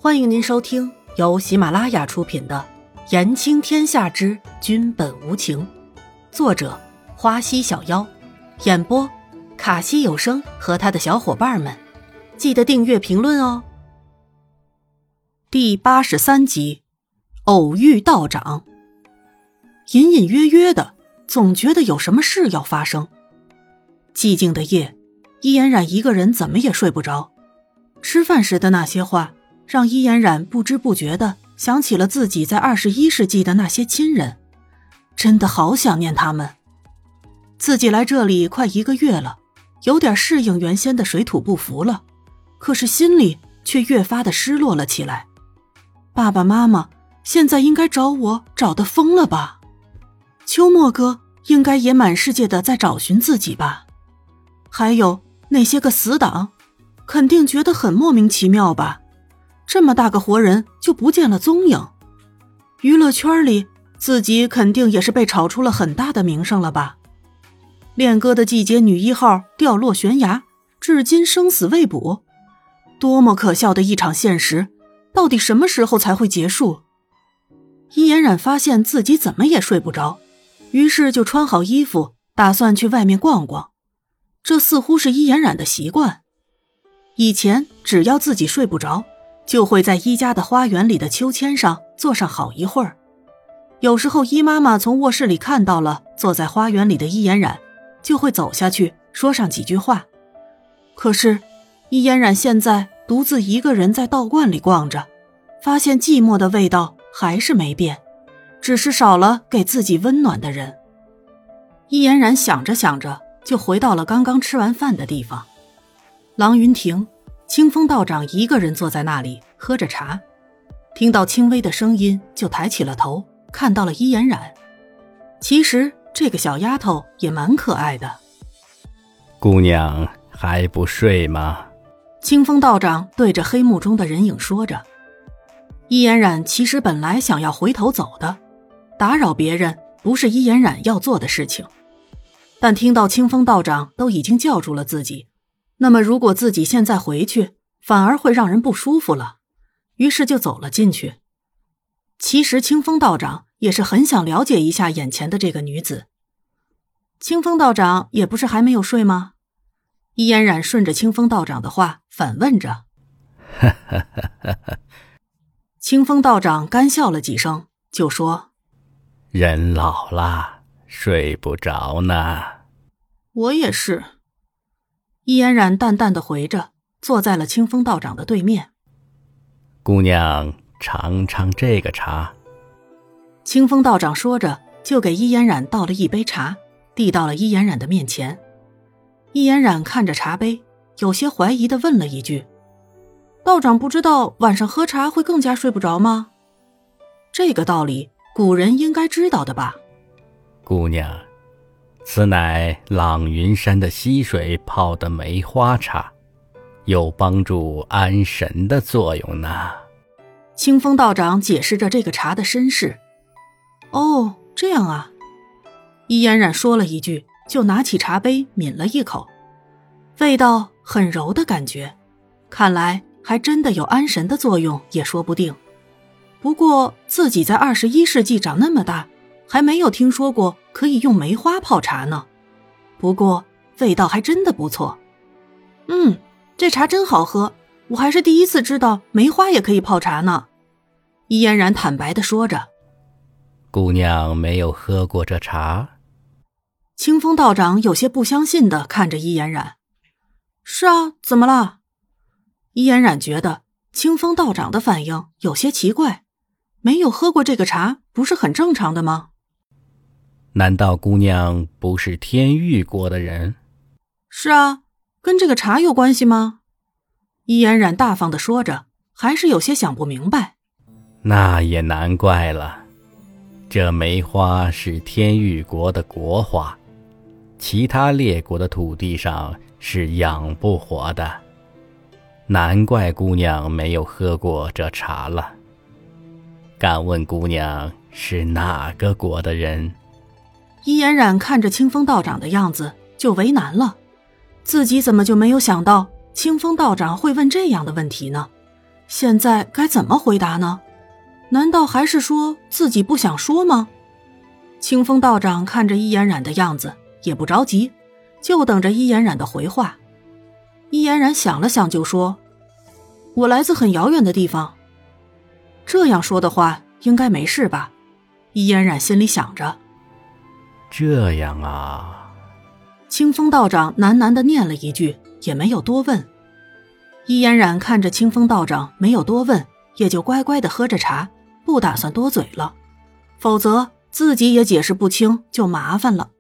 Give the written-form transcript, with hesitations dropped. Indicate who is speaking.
Speaker 1: 欢迎您收听由喜马拉雅出品的《言情天下之君本无情》，作者花溪小妖，演播卡西有声和他的小伙伴们。记得订阅评论哦。第83集，偶遇道长。隐隐约约的，总觉得有什么事要发生。寂静的夜，伊嫣然一个人怎么也睡不着。吃饭时的那些话让伊嫣然不知不觉地想起了自己在21世纪的那些亲人，真的好想念他们。自己来这里快1个月了，有点适应原先的水土不服了，可是心里却越发的失落了起来。爸爸妈妈现在应该找我找得疯了吧？秋末哥应该也满世界的在找寻自己吧？还有那些个死党，肯定觉得很莫名其妙吧？这么大个活人就不见了踪影，娱乐圈里自己肯定也是被炒出了很大的名声了吧？恋歌的季节女1号掉落悬崖，至今生死未卜，多么可笑的一场现实，到底什么时候才会结束？伊嫣然发现自己怎么也睡不着，于是就穿好衣服，打算去外面逛逛。这似乎是伊嫣然的习惯，以前只要自己睡不着，就会在伊家的花园里的秋千上坐上好一会儿。有时候伊妈妈从卧室里看到了坐在花园里的伊嫣然，就会走下去说上几句话。可是伊嫣然现在独自一个人在道观里逛着，发现寂寞的味道还是没变，只是少了给自己温暖的人。伊嫣然想着想着，就回到了刚刚吃完饭的地方。郎云亭，清风道长一个人坐在那里喝着茶，听到轻微的声音就抬起了头，看到了伊嫣然。其实这个小丫头也蛮可爱的。
Speaker 2: 姑娘还不睡吗？
Speaker 1: 清风道长对着黑幕中的人影说着。伊嫣然其实本来想要回头走的，打扰别人不是伊嫣然要做的事情，但听到清风道长都已经叫住了自己，那么如果自己现在回去反而会让人不舒服了，于是就走了进去。其实清风道长也是很想了解一下眼前的这个女子。清风道长也不是还没有睡吗？伊嫣然顺着清风道长的话反问着。清风道长干笑了几声，就说：
Speaker 2: 人老了，睡不着呢。
Speaker 1: 我也是。伊嫣然淡淡的回着，坐在了清风道长的对面。
Speaker 2: 姑娘尝尝这个茶。
Speaker 1: 清风道长说着，就给伊嫣然倒了一杯茶，递到了伊嫣然的面前。伊嫣然看着茶杯，有些怀疑地问了一句：道长不知道晚上喝茶会更加睡不着吗？这个道理古人应该知道的吧？
Speaker 2: 姑娘，此乃朗云山的溪水泡的梅花茶，有帮助安神的作用呢。
Speaker 1: 清风道长解释着这个茶的身世。哦，这样啊。伊嫣然说了一句，就拿起茶杯抿了一口，味道很柔的感觉，看来还真的有安神的作用也说不定。不过自己在21世纪长那么大，还没有听说过可以用梅花泡茶呢。不过味道还真的不错。这茶真好喝，我还是第一次知道梅花也可以泡茶呢。伊嫣然坦白地说着。
Speaker 2: 姑娘没有喝过这茶？
Speaker 1: 清风道长有些不相信地看着伊嫣然。是啊，怎么了？伊嫣然觉得清风道长的反应有些奇怪，没有喝过这个茶不是很正常的吗？
Speaker 2: 难道姑娘不是天域国的人？
Speaker 1: 是啊，跟这个茶有关系吗？伊嫣然大方地说着，还是有些想不明白。
Speaker 2: 那也难怪了，这梅花是天域国的国花，其他列国的土地上是养不活的，难怪姑娘没有喝过这茶了。敢问姑娘是哪个国的人？
Speaker 1: 伊嫣然看着清风道长的样子就为难了，自己怎么就没有想到清风道长会问这样的问题呢？ 现在该怎么回答呢？难道还是说自己不想说吗？清风道长看着易嫣然的样子，也不着急，就等着易嫣然的回话。易嫣然想了想就说：我来自很遥远的地方。这样说的话应该没事吧？易嫣然心里想着。
Speaker 2: 这样啊。
Speaker 1: 清风道长喃喃地念了一句，也没有多问。易嫣然看着清风道长没有多问，也就乖乖地喝着茶，不打算多嘴了，否则自己也解释不清就麻烦了。